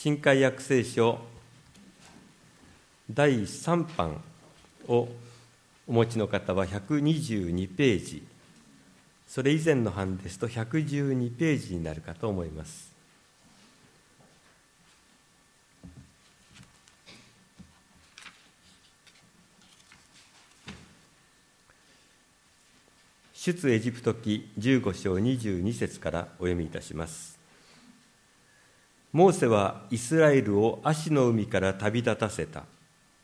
新海約聖書第3版をお持ちの方は122ページ、それ以前の版ですと112ページになるかと思います。出エジプト記15章22節からお読みいたします。モーセはイスラエルをアシの海から旅立たせた。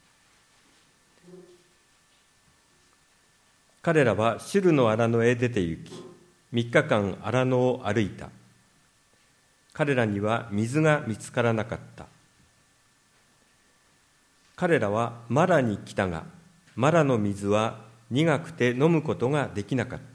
彼らはシュルの荒野へ出て行き、3日間荒野を歩いた。彼らには水が見つからなかった。彼らはマラに来たが、マラの水は苦くて飲むことができなかった。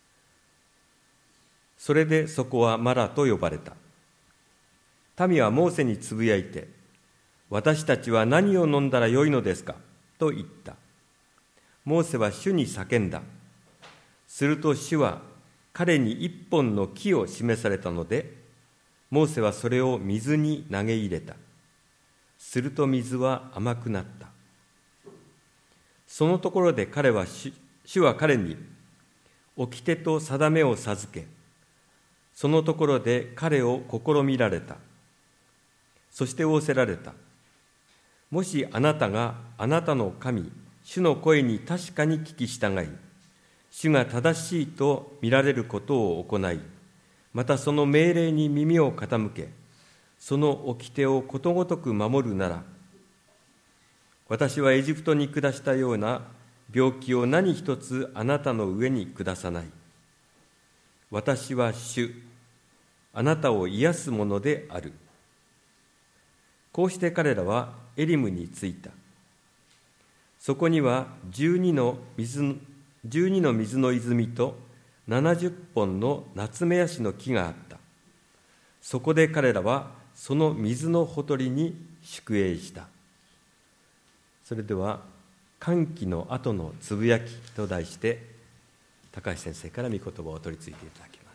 それでそこはマラと呼ばれた。民はモーセにつぶやいて、私たちは何を飲んだらよいのですかと言った。モーセは主に叫んだ。すると主は彼に一本の木を示されたので、モーセはそれを水に投げ入れた。すると水は甘くなった。そのところで主は彼に掟と定めを授け、そのところで彼を試みられた。そして仰せられた。もしあなたがあなたの神、主の声に確かに聞き従い、主が正しいと見られることを行い、またその命令に耳を傾け、その掟をことごとく守るなら、私はエジプトに下したような病気を何一つあなたの上に下さない。私は主、あなたを癒すものである。こうして彼らはエリムに着いた。そこには12の水の泉と70本のナツメヤシの木があった。そこで彼らはその水のほとりに宿営した。それでは歓喜の後のつぶやきと題して、高橋先生から御言葉を取り次いでいただきます。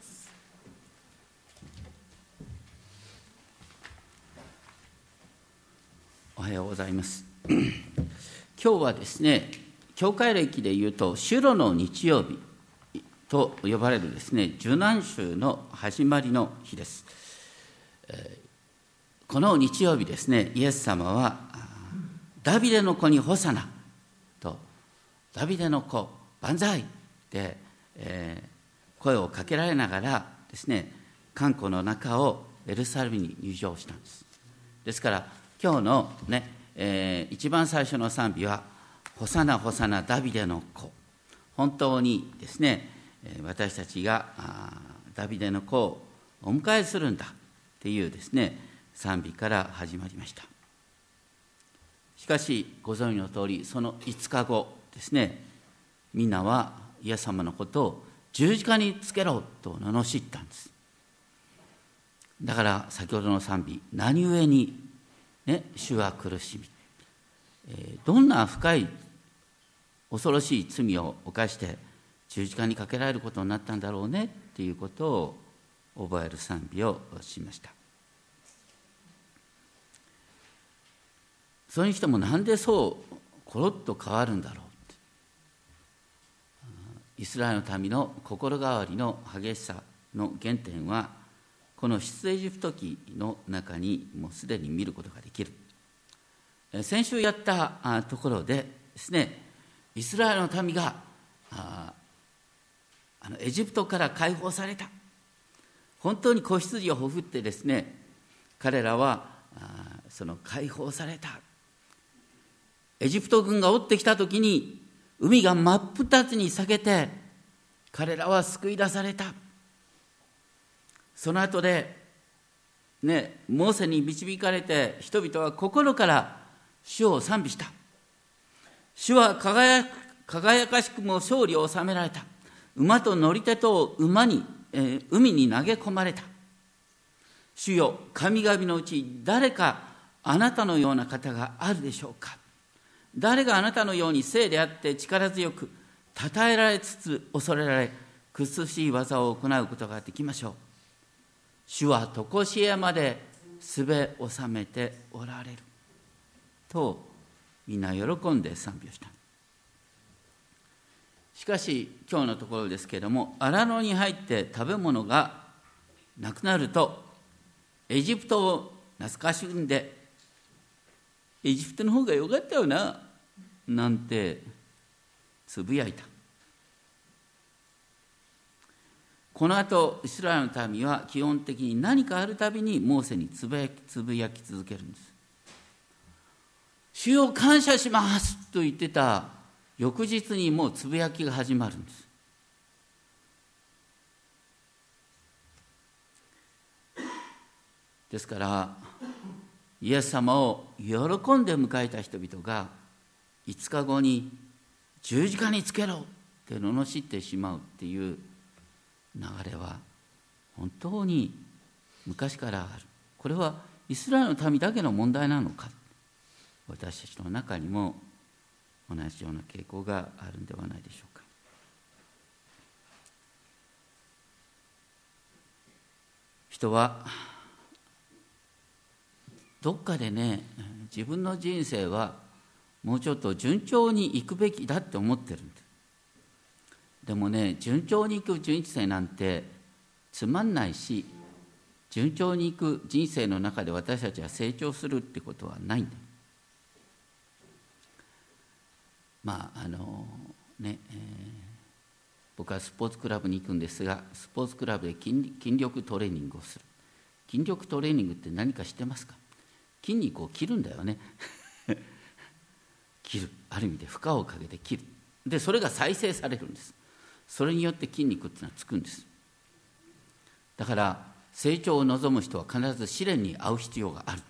おはようございます。今日はですね、教会歴でいうとシュロの日曜日と呼ばれるですね、受難週の始まりの日です。この日曜日ですね、イエス様はダビデの子にホサナと、ダビデの子万歳で、声をかけられながらですね、観光の中をエルサレムに入場したんです。ですから今日のね、一番最初の賛美はホサナホサナダビデの子、本当にですね、私たちがダビデの子をお迎えするんだっていうですね、賛美から始まりました。しかしご存知の通り、その5日後ですね、みんなはイエス様のことを十字架につけろと罵ったんです。だから先ほどの賛美、何故に、ね、主は苦しみ、どんな深い恐ろしい罪を犯して十字架にかけられることになったんだろうねっていうことを覚える賛美をしました。それにしてもなんでそうコロッと変わるんだろうって、イスラエルの民の心変わりの激しさの原点はこの出エジプト記の中にもうすでに見ることができる。先週やったところでですね、イスラエルの民がエジプトから解放された、本当に子羊をほふってですね、彼らはその解放された。エジプト軍が追ってきたときに海が真っ二つに裂けて彼らは救い出された。その後でね、モーセに導かれて人々は心から主を賛美した。主は輝かしくも勝利を収められた。馬と乗り手と馬に、海に投げ込まれた。主よ、神々のうち誰かあなたのような方があるでしょうか。誰があなたのように聖であって力強く称えられつつ恐れられ苦しい技を行うことができましょう。主は常しえまですべ収めておられるとみんな喜んで賛美をした。しかし今日のところですけれども、荒野に入って食べ物がなくなるとエジプトを懐かしんで、エジプトの方が良かったよななんてつぶやいた。この後イスラエルの民は基本的に何かあるたびにモーセにつぶやき続けるんです。主よ感謝しますと言ってた翌日にもうつぶやきが始まるんです。ですからイエス様を喜んで迎えた人々が5日後に十字架につけろって罵ってしまうっていう流れは本当に昔からある。これはイスラエルの民だけの問題なのか。私たちの中にも同じような傾向があるんではないでしょうか。人はどっかでね、自分の人生はもうちょっと順調にいくべきだって思ってるんです。でもね、順調にいく人生なんてつまんないし、順調にいく人生の中で私たちは成長するってことはないんだよ。僕はスポーツクラブに行くんですが、スポーツクラブで筋力トレーニングをする。筋力トレーニングって何か知ってますか？筋肉を切るんだよね切る、ある意味で負荷をかけて切る。でそれが再生されるんです。それによって筋肉っていうのはつくんです。だから成長を望む人は必ず試練に遭う必要がある、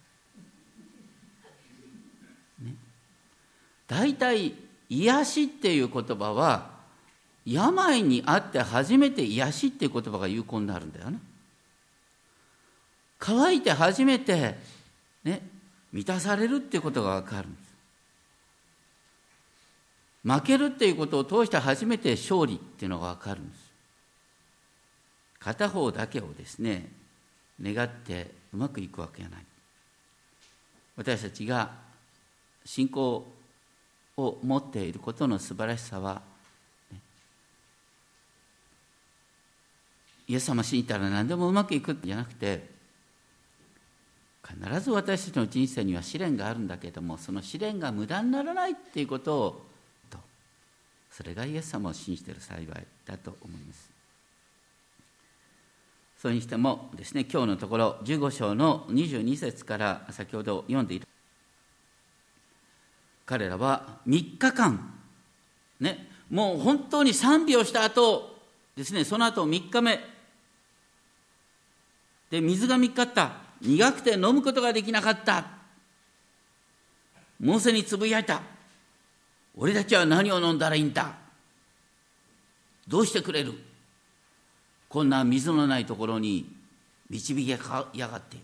ね、大体癒しっていう言葉は病にあって初めて癒しっていう言葉が有効になるんだよね。乾いて初めて、ね、満たされるっていうことが分かるんです。負けるっていうことを通して初めて勝利っていうのが分かるんです。片方だけをですね願ってうまくいくわけがない。私たちが信仰を持っていることの素晴らしさは、ね、イエス様信じたら何でもうまくいくんじゃなくて、必ず私たちの人生には試練があるんだけれども、その試練が無駄にならないっていうことを、それがイエス様を信じている幸いだと思います。それにしてもですね、今日のところ15章の22節から先ほど読んでいる、彼らは3日間、ね、もう本当に賛美をした後ですね、その後3日目で水が見つかった、苦くて飲むことができなかった、モーセにつぶやいた。俺たちは何を飲んだらいいんだ、どうしてくれる、こんな水のないところに導きやがって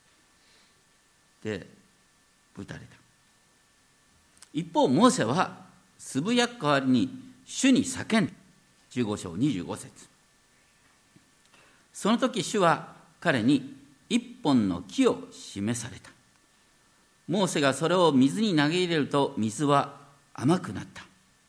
でぶたれた。一方モーセはつぶやく代わりに主に叫んだ。15章25節。その時主は彼に一本の木を示された。モーセがそれを水に投げ入れると水は甘くなった。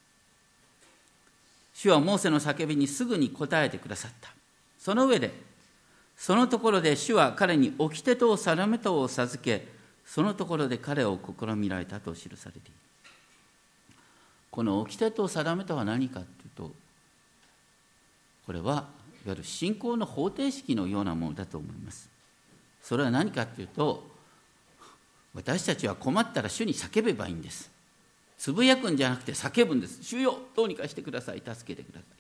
主はモーセの叫びにすぐに答えてくださった。その上で、そのところで主は彼に掟と定めとを授け、そのところで彼を試みられたと記されている。この掟と定めとは何かというと、これはいわゆる信仰の方程式のようなものだと思います。それは何かというと、私たちは困ったら主に叫べばいいんです。つぶやくんじゃなくて叫ぶんです。主よ、どうにかしてください、助けてください。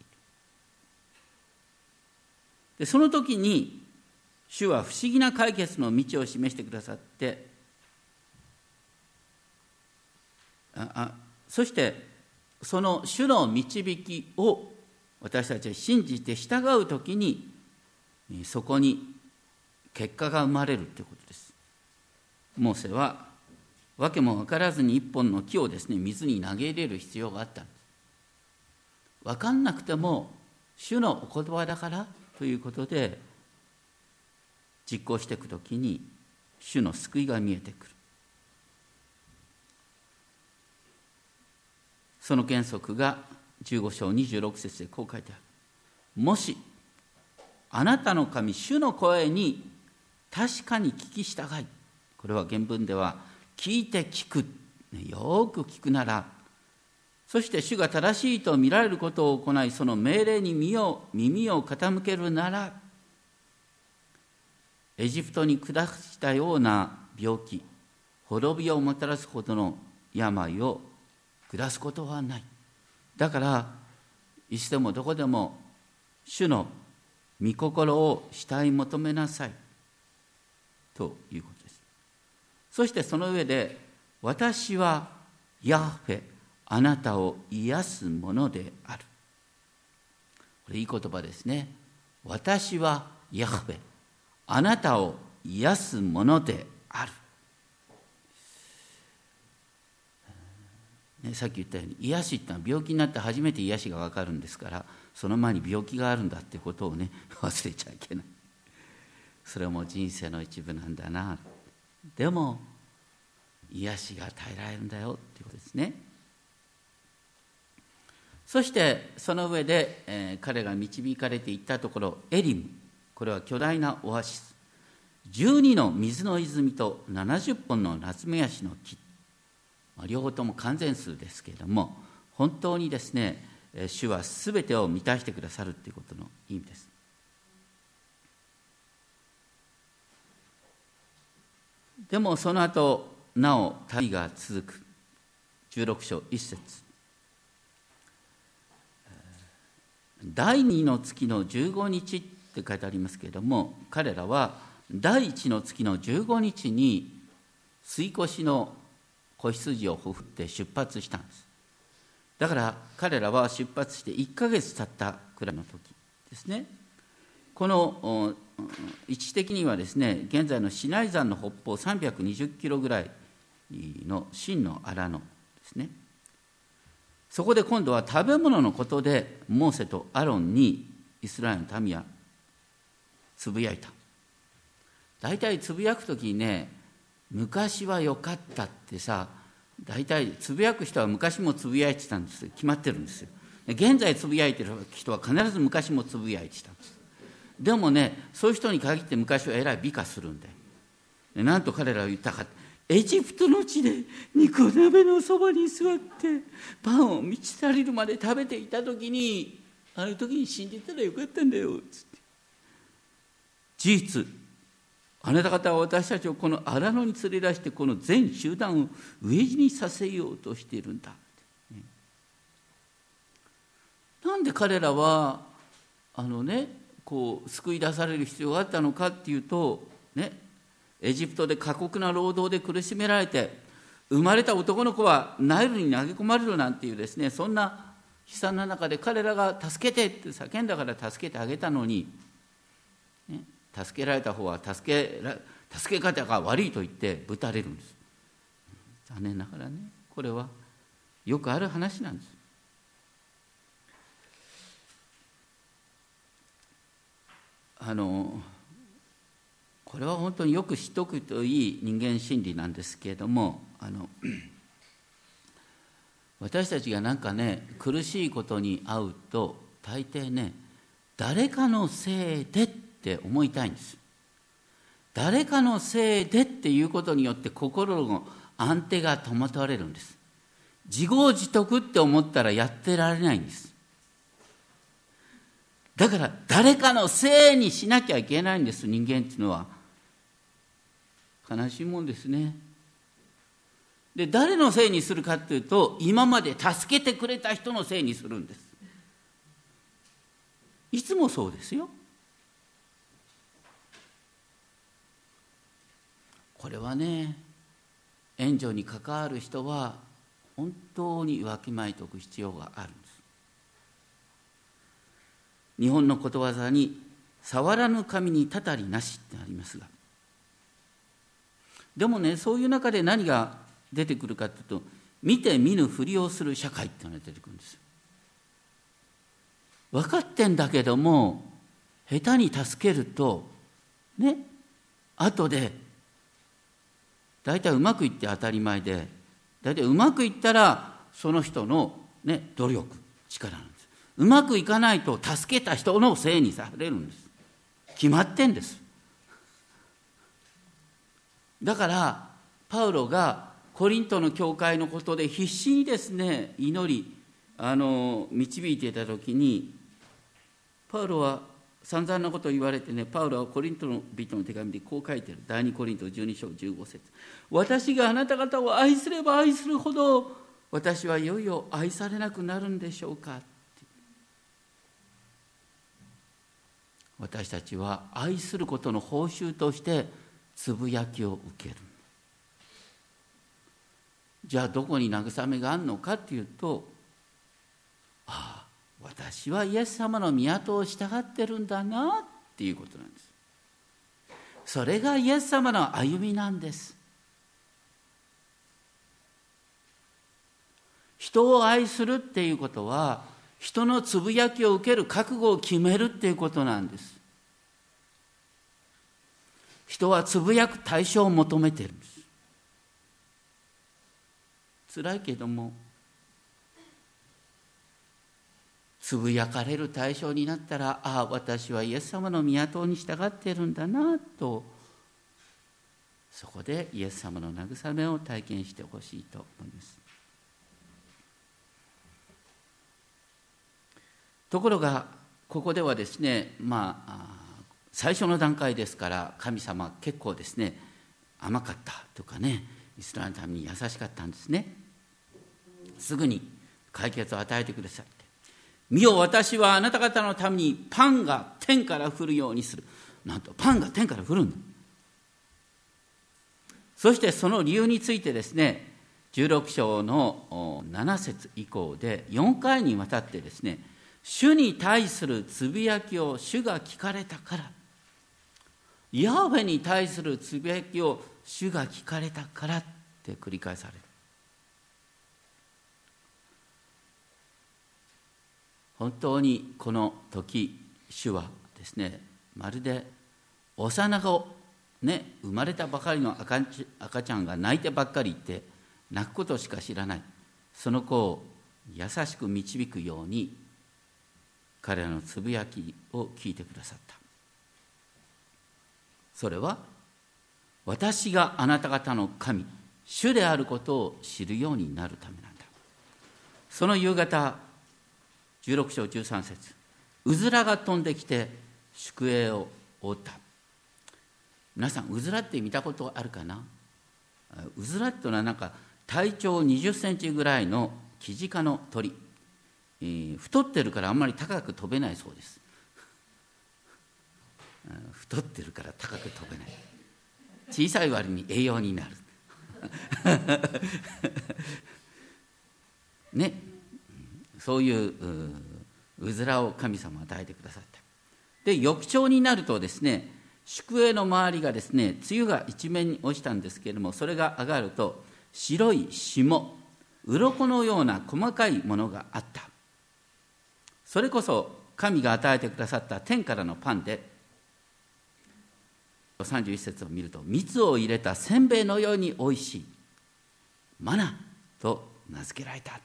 でその時に主は不思議な解決の道を示してくださって、そしてその主の導きを私たちは信じて従う時に、そこに結果が生まれるということです。モーセは訳も分からずに一本の木をですね水に投げ入れる必要があったんです。分かんなくても主のお言葉だからということで実行していくときに主の救いが見えてくる。その原則が15章26節でこう書いてある。もしあなたの神主の声に確かに聞き従い、これは原文では聞いて聞く、よく聞くなら、そして主が正しいと見られることを行い、その命令に耳を傾けるなら、エジプトに下したような病気、滅びをもたらすほどの病を下すことはない。だからいつでもどこでも主の御心を慕い求めなさいということです。そしてその上で、私はヤフェ、あなたを癒すものである。これいい言葉ですね。私はヤフェ、あなたを癒すものである。さっき言ったように、癒しってのは病気になって初めて癒しが分かるんですから、その前に病気があるんだってことをね、忘れちゃいけない。それも人生の一部なんだな。でも癒しが与えられるんだよっていうことですね。そしてその上で、彼が導かれていったところ、エリム、これは巨大なオアシス、12の水の泉と70本のナツメヤシの木、両方とも完全数ですけれども、本当にですね、主はすべてを満たしてくださるということの意味です。でもその後なお旅が続く。16章1節、第2の月の15日って書いてありますけれども、彼らは第1の月の15日に吸い越の子羊をほふって出発したんです。だから彼らは出発して1ヶ月経ったくらいの時ですね。この位置的にはですね、現在のシナイ山の北方320キロぐらいの真の荒野ですね。そこで今度は食べ物のことでモーセとアロンにイスラエルの民はつぶやいた。大体つぶやくときにね、昔は良かったってさ、大体つぶやく人は昔もつぶやいてたんです。決まってるんですよ。現在つぶやいてる人は必ず昔もつぶやいてたんです。でもね、そういう人に限って昔はえらい美化するんだよ。なんと彼らは言ったか、エジプトの地で肉鍋のそばに座ってパンを満ち足りるまで食べていた時に、あの時に死んでたらよかったんだよつって。事実、あなた方は私たちをこの荒野に連れ出して、この全集団を飢え死にさせようとしているんだ、ね、なんで彼らはこう救い出される必要があったのかっていうとね、エジプトで過酷な労働で苦しめられて、生まれた男の子はナイルに投げ込まれるなんていうですね、そんな悲惨な中で彼らが助けてって叫んだから助けてあげたのに、ね、助けられた方は助け方が悪いと言ってぶたれるんです。残念ながらね、これはよくある話なんです。これは本当によく知っておくといい人間心理なんですけれども、私たちがなんかね、苦しいことに遭うと大抵ね、誰かのせいでって思いたいんです。誰かのせいでっていうことによって心の安定が保たれるんです。自業自得って思ったらやってられないんです。だから誰かのせいにしなきゃいけないんです。人間っていうのは悲しいもんですね。で、誰のせいにするかっていうと、今まで助けてくれた人のせいにするんです。いつもそうですよ。これはね、援助に関わる人は本当にわきまえておく必要があるんです。日本のことわざに触らぬ神にたたりなしってありますが、でもね、そういう中で何が出てくるかというと、見て見ぬふりをする社会っていうのが出てくるんですよ。分かってんだけども、下手に助けるとね、後で大体うまくいって当たり前で、大体うまくいったらその人の、努力、力なんです。うまくいかないと助けた人のせいにされるんです。決まってんです。だからパウロがコリントの教会のことで必死にですね祈り導いていたときに、パウロは散々なことを言われてね、パウロはコリントの人の手紙でこう書いてる。第2コリント12章15節。私があなた方を愛すれば愛するほど、私はいよいよ愛されなくなるんでしょうか。私たちは愛することの報酬としてつぶやきを受ける。じゃあどこに慰めがあるのかっていうと、私はイエス様の御を従ってるんだなっていうことなんです。それがイエス様の歩みなんです。人を愛するっていうことは、人のつぶやきを受ける覚悟を決めるっていうことなんです。人はつぶやく対象を求めてるんです。辛いけども、つぶやかれる対象になったら、私はイエス様の御に従っているんだなと、そこでイエス様の慰めを体験してほしいと思います。ところがここではですね、最初の段階ですから、神様結構ですね甘かったとかね、イスラエルのために優しかったんですね。すぐに解決を与えてください。見よ、私はあなた方のためにパンが天から降るようにする。なんとパンが天から降るんだ。そしてその理由についてですね、16章の7節以降で4回にわたってですね、主に対するつぶやきを主が聞かれたから、ヤハウェに対するつぶやきを主が聞かれたからって繰り返される。本当にこの時、主はですね、まるで幼子、生まれたばかりの赤ちゃんが泣いてばっかりいて、泣くことしか知らない、その子を優しく導くように、彼らのつぶやきを聞いてくださった。それは、私があなた方の神、主であることを知るようになるためなんだ。その夕方、16章13節、うずらが飛んできて宿営を覆った。皆さん、うずらって見たことあるかな？うずらっていうのはなんか体長20センチぐらいのキジ科の鳥、太ってるからあんまり高く飛べないそうです。太ってるから高く飛べない。小さい割に栄養になるね、そういううずらを神様は与えてくださった。で、翌朝になるとですね、宿営の周りがですね、露が一面に落ちたんですけれども、それが上がると白い霜、鱗のような細かいものがあった。それこそ神が与えてくださった天からのパンで、31節を見ると、蜜を入れたせんべいのようにおいしいマナと名付けられた。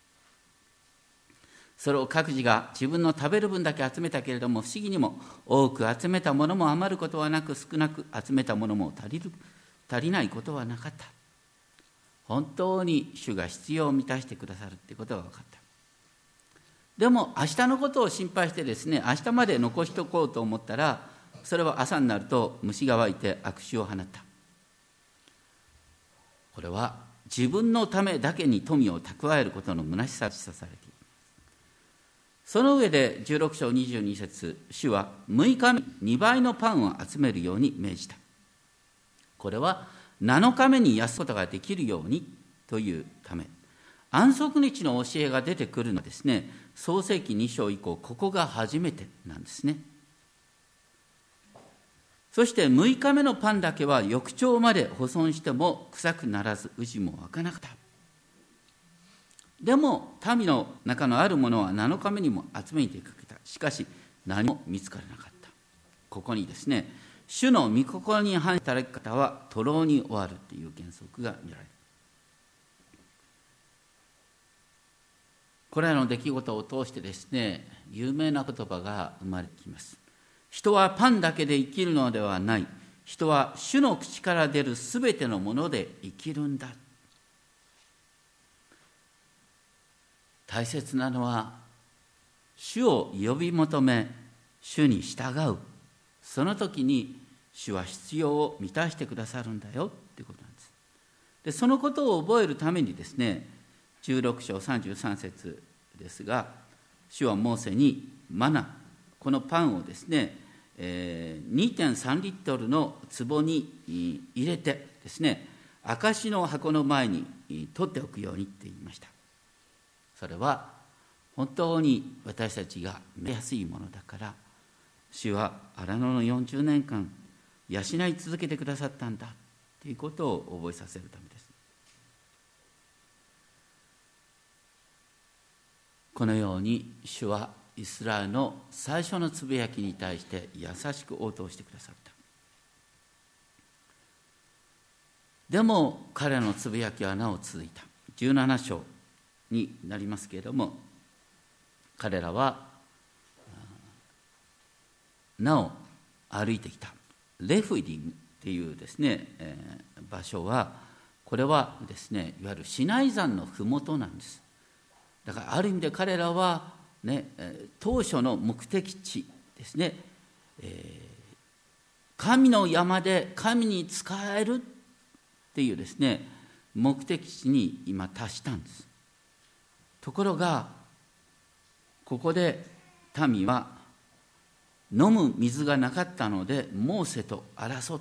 それを各自が自分の食べる分だけ集めたけれども、不思議にも多く集めたものも余ることはなく、少なく集めたものも足りないことはなかった。本当に主が必要を満たしてくださるってことが分かった。でも明日のことを心配してですね、明日まで残しておこうと思ったら、それは朝になると虫が湧いて悪臭を放った。これは自分のためだけに富を蓄えることの虚しさが示唆されている。その上で16章22節、主は6日目2倍のパンを集めるように命じた。これは7日目に休むことができるようにというため、安息日の教えが出てくるのはですね、創世記2章以降、ここが初めてなんですね。そして6日目のパンだけは翌朝まで保存しても臭くならず、蛆も湧かなかった。でも民の中のあるものは7日目にも集めに出かけた。しかし何も見つからなかった。ここにですね、主の御心に反した働き方は徒労に終わるという原則則が見られる。これらの出来事を通してですね、有名な言葉が生まれてきます。人はパンだけで生きるのではない。人は主の口から出るすべてのもので生きるんだ。大切なのは、主を呼び求め、主に従う。その時に主は必要を満たしてくださるんだよということなんです。で、そのことを覚えるためにですね、16章33節ですが、主はモーセにマナ、このパンをですね、2.3 リットルの壺に入れてですね、証の箱の前に取っておくようにって言いました。それは本当に私たちが見やすいものだから、主は荒野の40年間養い続けてくださったんだということを覚えさせるためです。このように主はイスラエルの最初のつぶやきに対して優しく応答してくださった。でも彼のつぶやきはなお続いた。17章になりますけれども、彼らはなお歩いてきた。レフィディムっていうですね、場所は、これはですね、いわゆるシナイ山のふもとなんです。だからある意味で彼らは、ね、当初の目的地ですね、神の山で神に仕えるっていうですね、目的地に今達したんです。ところがここで民は飲む水がなかったのでモーセと争った。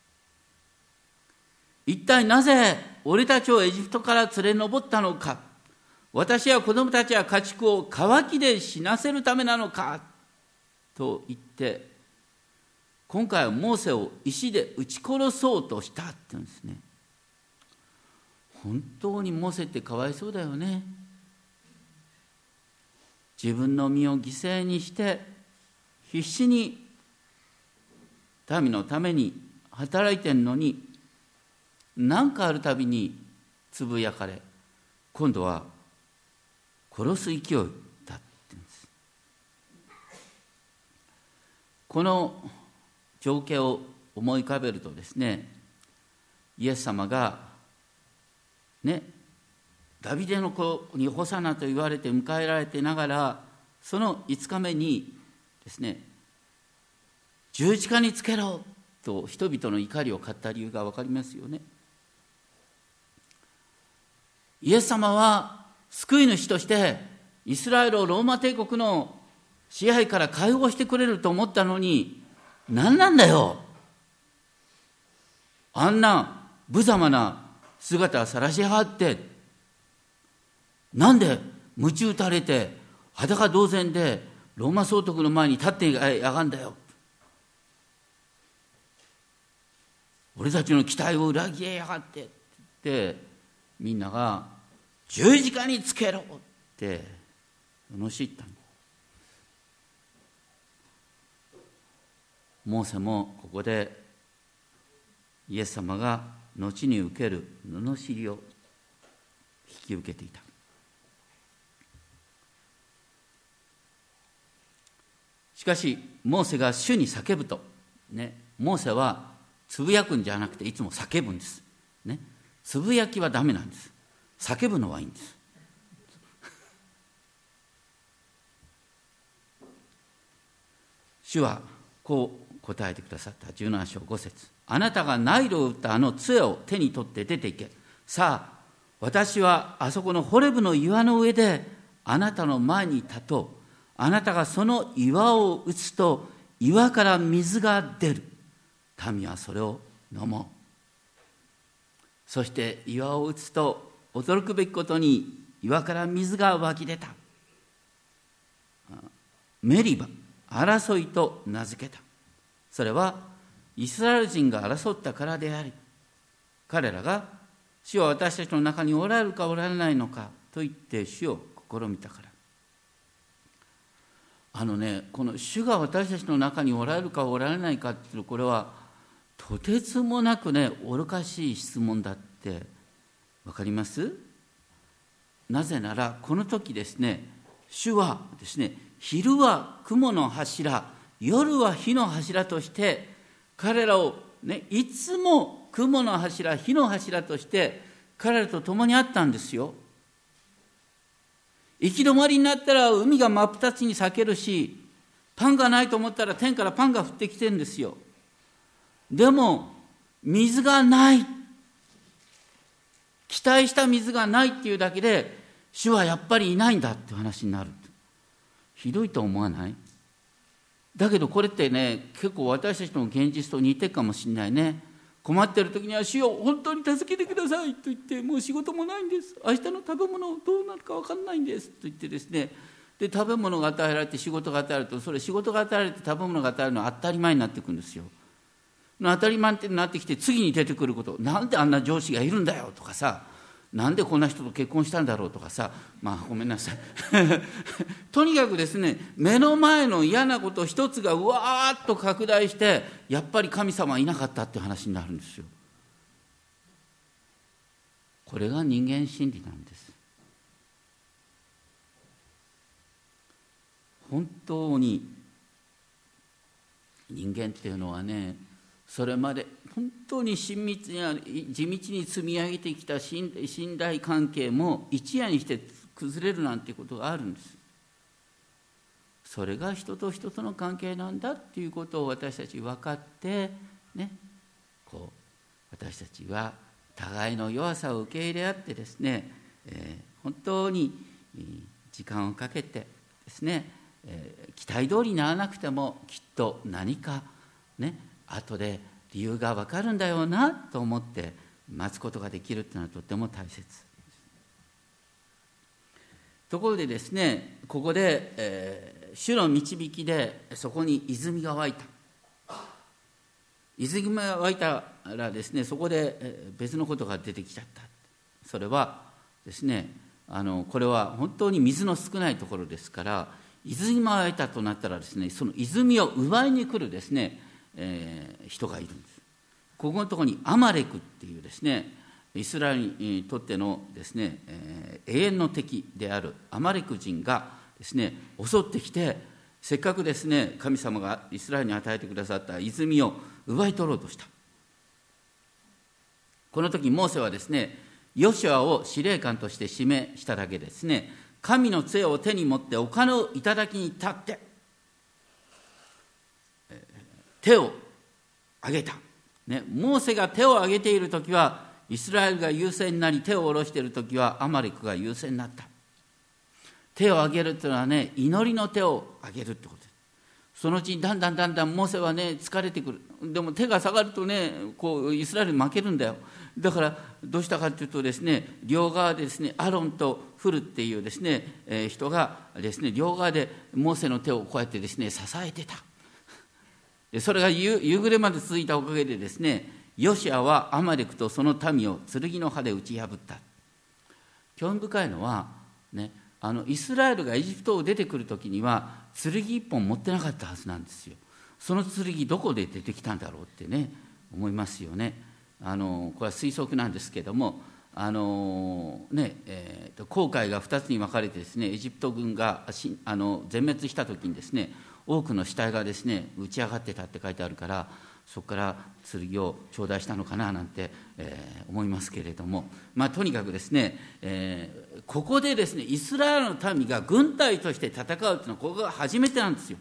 一体なぜ俺たちをエジプトから連れ上ったのか、私や子供たちや家畜を渇きで死なせるためなのかと言って、今回はモーセを石で撃ち殺そうとしたって言うんですね。本当にモーセってかわいそうだよね。自分の身を犠牲にして必死に民のために働いてんのに、何かあるたびにつぶやかれ、今度は殺す勢いだって言うんです。この情景を思い浮かべるとですね、イエス様がね、ダビデの子にホサナと言われて迎えられてながら、その5日目にですね、十字架につけろと人々の怒りを買った理由が分かりますよね。イエス様は救い主としてイスラエルをローマ帝国の支配から解放してくれると思ったのに、何なんだよ、あんな無様な姿を晒しはって、なんで鞭打たれて裸同然でローマ総督の前に立ってやがんだよ、俺たちの期待を裏切りやがってってみんなが十字架につけろって罵ったの。モーセもここでイエス様が後に受ける罵りを引き受けていた。しかしモーセが主に叫ぶと、ね、モーセはつぶやくんじゃなくていつも叫ぶんです、ね、つぶやきはダメなんです。叫ぶのはいいんです。主はこう答えてくださった。17章5節、あなたがナイルを打ったあの杖を手に取って出て行け。さあ私はあそこのホレブの岩の上であなたの前に立とう。あなたがその岩を打つと岩から水が出る。民はそれを飲もう。そして岩を打つと驚くべきことに岩から水が湧き出た。メリバ、争いと名付けた。それはイスラエル人が争ったからであり、彼らが主は私たちの中におられるかおられないのかと言って主を試みたから。この主が私たちの中におられるかおられないかっていう、これはとてつもなくね、愚かしい質問だって分かります？なぜならこの時ですね、主はですね、昼は雲の柱、夜は火の柱として彼らをね、いつも雲の柱、火の柱として彼らと共にあったんですよ。行き止まりになったら海が真っ二つに裂けるし、パンがないと思ったら天からパンが降ってきてるんですよ。でも水がない、期待した水がないっていうだけで主はやっぱりいないんだって話になる。ひどいと思わない？だけどこれってね、結構私たちの現実と似てるかもしれないね。困ってる時には主よ本当に助けてくださいと言って、もう仕事もないんです、明日の食べ物どうなるか分かんないんですと言ってですね、で食べ物が与えられて仕事が与えられると、それ仕事が与えられて食べ物が与えられるのは当たり前になってくるんですよ。当たり前になってきて、次に出てくること、なんであんな上司がいるんだよとかさ、なんでこんな人と結婚したんだろうとかさ、まあごめんなさいとにかくですね、目の前の嫌なこと一つがうわーっと拡大して、やっぱり神様はいなかったっていう話になるんですよ。これが人間心理なんです。本当に人間っていうのはね、それまで本当に親密に地道に積み上げてきた信頼関係も一夜にして崩れるなんてことがあるんです。それが人と人との関係なんだっていうことを私たち分かってね、こう私たちは互いの弱さを受け入れ合ってですね、本当に時間をかけてですね、期待通りにならなくてもきっと何かね、後で理由が分かるんだよなと思って待つことができるというのはとても大切。ところでですね、ここで、主の導きでそこに泉が湧いた。泉が湧いたらですね、そこで別のことが出てきちゃった。それはですね、これは本当に水の少ないところですから、泉が湧いたとなったらですね、その泉を奪いに来るですね、人がいるんです。ここのところにアマレクっていうですね、イスラエルにとってのですね、永遠の敵であるアマレク人がですね、襲ってきて、せっかくですね、神様がイスラエルに与えてくださった泉を奪い取ろうとした。この時モーセはですね、ヨシュアを司令官として指名しただけですね、神の杖を手に持って丘の頂に立って手を挙げた、ね、モーセが手を挙げているときはイスラエルが優勢になり、手を下ろしているときはアマレクが優勢になった。手を挙げるというのはね、祈りの手を挙げるってことです。そのうちにだんだんモーセはね、疲れてくる。でも手が下がるとね、こうイスラエルに負けるんだよ。だからどうしたかというとですね、両側でですね、アロンとフルっていうですね、人がですね、両側でモーセの手をこうやってですね、支えてた。それが夕暮れまで続いたおかげでですね、ヨシアはアマレクとその民を剣の刃で打ち破った。興味深いのはね、イスラエルがエジプトを出てくるときには剣一本持ってなかったはずなんですよ。その剣どこで出てきたんだろうってね、思いますよね。これは推測なんですけども、航海が2つに分かれてですね、エジプト軍が全滅したときにですね、多くの死体がですね打ち上がってたって書いてあるから、そこから剣を頂戴したのかななんて、思いますけれども、とにかくですね、ここでですね、イスラエルの民が軍隊として戦うというのはここが初めてなんですよ。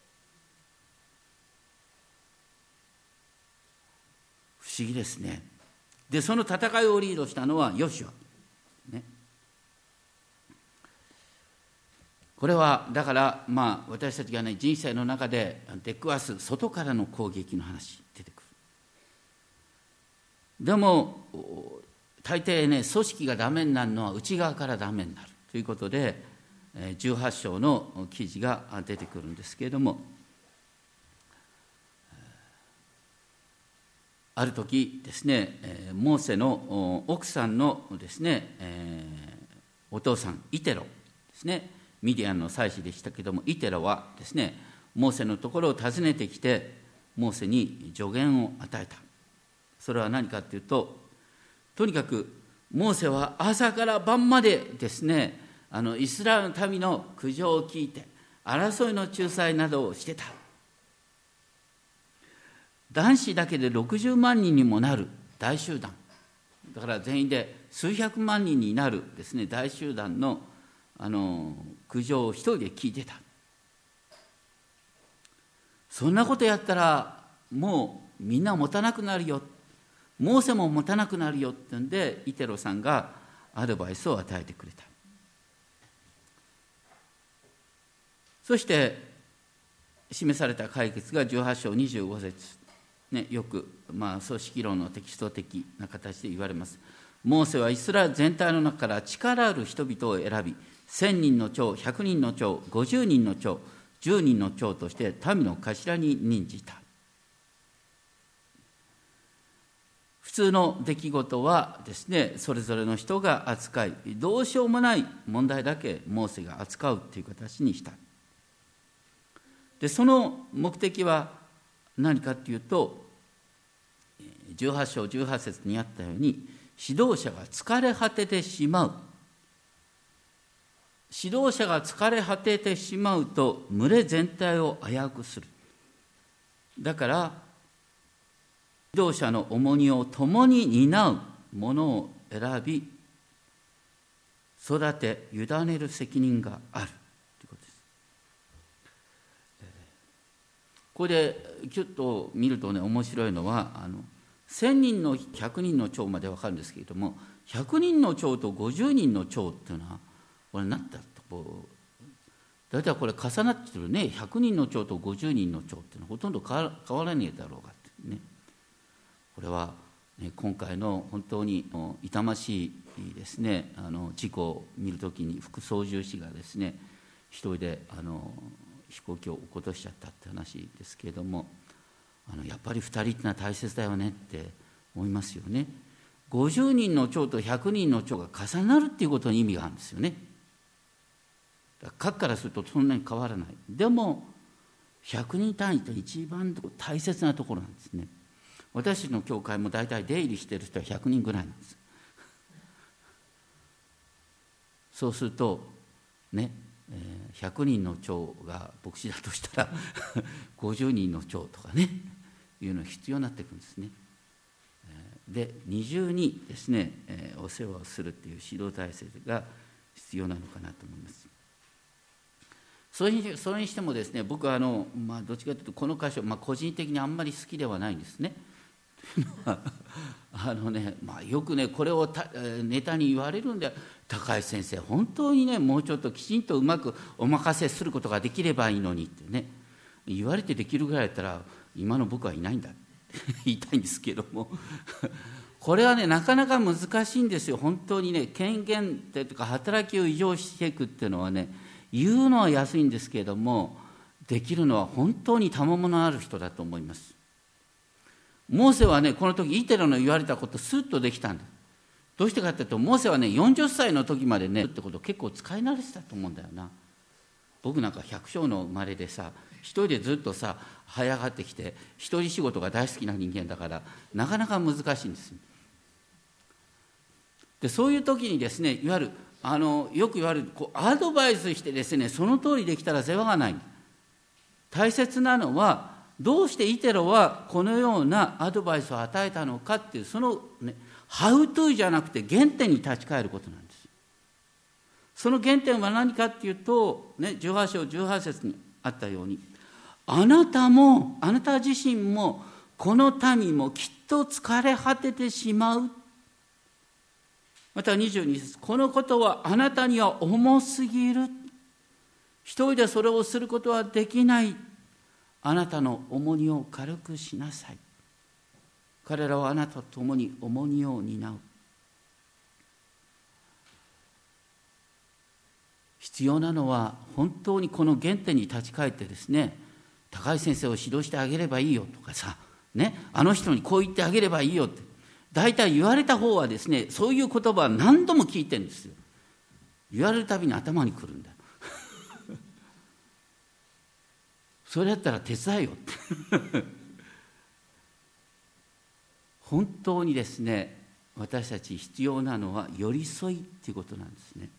不思議ですね。でその戦いをリードしたのはヨシュア、ね、これはだから私たちがね、人生の中で出くわす外からの攻撃の話出てくる。でも大抵ね、組織がダメになるのは内側からダメになるということで、18章の記事が出てくるんですけれども、ある時ですね、モーセの奥さんのですね、お父さんイテロですね、ミディアンの祭司でしたけども、イテロはですね、モーセのところを訪ねてきて、 モーセに助言を与えた。それは何かというと、とにかくモーセは朝から晩までですね、イスラエルの民の苦情を聞いて争いの仲裁などをしてた。男子だけで60万人にもなる大集団、だから全員で数百万人になるですね、大集団の苦情を一人で聞いてた。そんなことやったらもうみんな持たなくなるよ、モーセも持たなくなるよってんで、イテロさんがアドバイスを与えてくれた。そして示された解決が18章25節、ね、よく、組織論のテキスト的な形で言われます。モーセはイスラエル全体の中から力ある人々を選び、1000人の長、100人の長、50人の長、10人の長として民の頭に任じた。普通の出来事はですね、それぞれの人が扱い、どうしようもない問題だけモーセが扱うという形にした。で、その目的は何かというと、18章18節にあったように、指導者が疲れ果ててしまう。指導者が疲れ果ててしまうと、群れ全体を危うくする。だから、指導者の重荷を共に担うものを選び、育て、委ねる責任があるということです。これでちょっと見るとね、面白いのは、1000人の100人の長まで分かるんですけれども、100人の長と50人の長っていうのは、これ何だと、大体これ重なってるね、100人の長と50人の長っていうのはほとんど変わらねえだろうがってね。これは、ね、今回の本当に痛ましいですね、事故を見るときに副操縦士がですね、一人で飛行機を落っことしちゃったって話ですけれども、やっぱり2人ってのは大切だよねって思いますよね。50人の長と100人の長が重なるっていうことに意味があるんですよね。核からするとそんなに変わらない。でも100人単位って一番大切なところなんですね。私の教会も大体出入りしている人は100人ぐらいなんです。そうするとね、100人の長が牧師だとしたら50人の長とかねいうのが必要になってくるんですね。で、二重にですね、お世話をするっていう指導体制が必要なのかなと思います。それにしてもですね、僕はどっちかというとこの箇所、個人的にあんまり好きではないんですね。よくねこれをネタに言われるんで、高橋先生本当にねもうちょっときちんとうまくお任せすることができればいいのにってね言われてできるぐらいだったら今の僕はいないんだって言いたいんですけどもこれはねなかなか難しいんですよ。本当にね権限というか働きを異常していくっていうのはね、言うのは安いんですけれどもできるのは本当に賜物のある人だと思います。モーセはねこの時イテロの言われたことスッとできたんです。どうしてかというとモーセはね40歳の時までねってことを結構使い慣れてたと思うんだよな。僕なんか百姓の生まれでさ、一人でずっとさ這い上がってきて一人仕事が大好きな人間だからなかなか難しいんですよ。でそういう時にですね、いわゆるよく言われるアドバイスしてですね、その通りできたら世話がない。大切なのはどうしてイテロはこのようなアドバイスを与えたのかっていう、そのねハウトゥーじゃなくて原点に立ち返ることなんです。その原点は何かっていうと、ね、18章18節にあったように、あなた自身もこの民もきっと疲れ果ててしまう。また22節、このことはあなたには重すぎる。一人でそれをすることはできない。あなたの重荷を軽くしなさい。彼らはあなたと共に重荷を担う。必要なのは本当にこの原点に立ち返ってですね、高橋先生を指導してあげればいいよとかさ、ね、あの人にこう言ってあげればいいよって、大体言われた方はですね、そういう言葉は何度も聞いてるんですよ。言われるたびに頭にくるんだよ。それだったら手伝えよって本当にですね、私たち必要なのは寄り添いっていうことなんですね。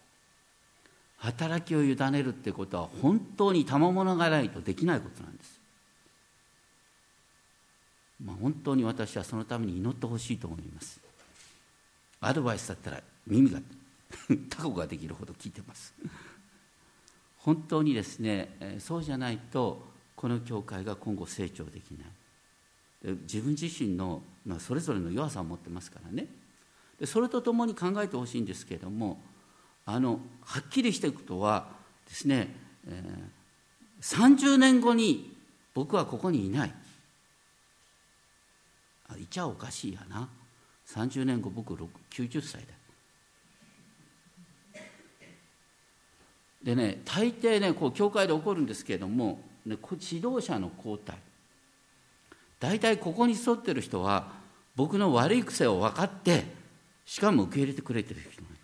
働きを委ねるってことは本当に賜物がないとできないことなんです。本当に私はそのために祈ってほしいと思います。アドバイスだったら耳がタコができるほど聞いてます。本当にですね、そうじゃないとこの教会が今後成長できない。自分自身の、それぞれの弱さを持ってますからね。でそれとともに考えてほしいんですけれども、はっきりしていくことはですね、30年後に僕はここにいない。いちゃおかしいやな。30年後僕90歳だ。でね、大抵ね、こう教会で起こるんですけれども、ね、指導者の交代。大体ここに沿ってる人は僕の悪い癖を分かって、しかも受け入れてくれてる人なんです。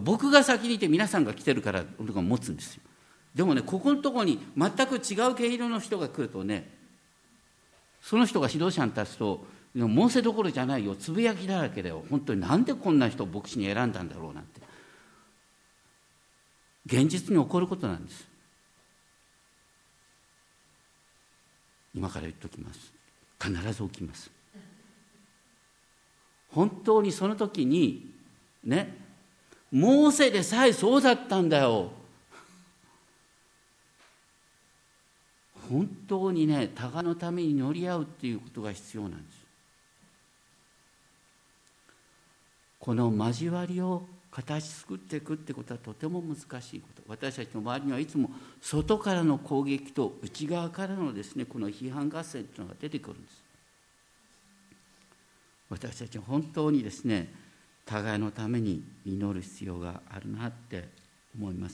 僕が先にいて皆さんが来てるから僕が持つんですよ。でもね、ここのところに全く違う毛色の人が来るとね、その人が指導者に立つと、申せどころじゃないよ、つぶやきだらけだよ、本当になんでこんな人を牧師に選んだんだろうなんて、現実に起こることなんです。今から言っておきます。必ず起きます。本当にその時にね、モーセでさえそうだったんだよ。本当にね、互いのために乗り合うっていうことが必要なんです。この交わりを形作っていくってことはとても難しいこと。私たちの周りにはいつも外からの攻撃と内側からのですね、この批判合戦というのが出てくるんです。私たちは本当にですね、互いのために祈る必要があるなって思います。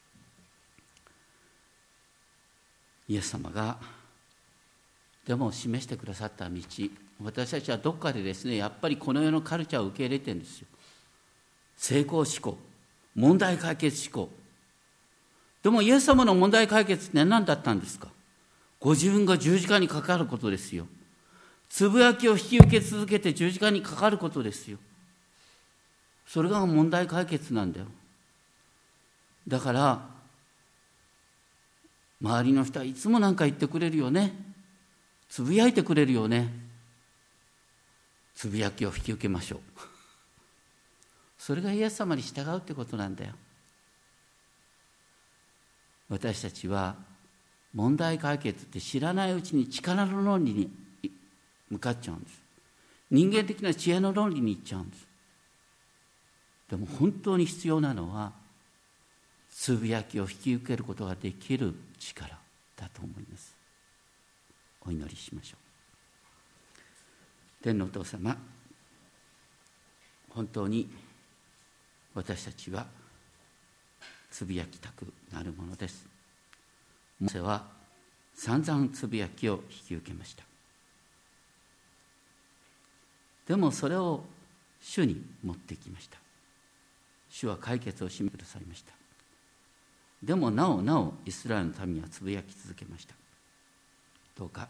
イエス様がでも示してくださった道、私たちはどっかでですね、やっぱりこの世のカルチャーを受け入れてるんですよ。成功志向、問題解決志向。でもイエス様の問題解決って何だったんですか？ご自分が十字架にかかることですよ。つぶやきを引き受け続けて十字架にかかることですよ。それが問題解決なんだよ。だから周りの人はいつも何か言ってくれるよね。つぶやいてくれるよね。つぶやきを引き受けましょう。それがイエス様に従うってことなんだよ。私たちは問題解決って知らないうちに力の論理に向かっちゃうんです。人間的な知恵の論理に行っちゃうんです。でも本当に必要なのはつぶやきを引き受けることができる力だと思います。お祈りしましょう。天のお父様、本当に私たちはつぶやきたくなるものです。モーセは散々つぶやきを引き受けました。でもそれを主に持ってきました。主は解決を示してくださいました。でもなおイスラエルの民はつぶやき続けました。どうか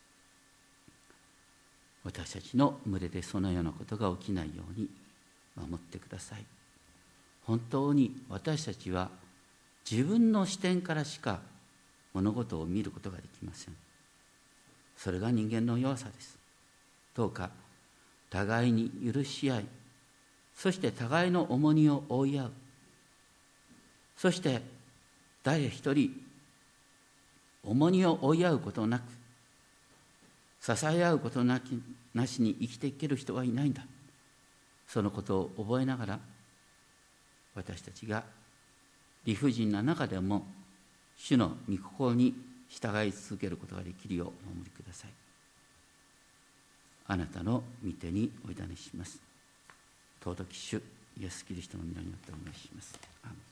私たちの群れでそのようなことが起きないように守ってください。本当に私たちは自分の視点からしか物事を見ることができません。それが人間の弱さです。どうか互いに許し合い、そして互いの重荷を負い合う、そして誰一人重荷を負い合うことなく、支え合うことなしに生きていける人はいないんだ。そのことを覚えながら、私たちが理不尽な中でも主の御心に従い続けることができるようお守りください。あなたの御手にお委ねします。尊き主イエスキリストの皆によってお願いします。アーメン。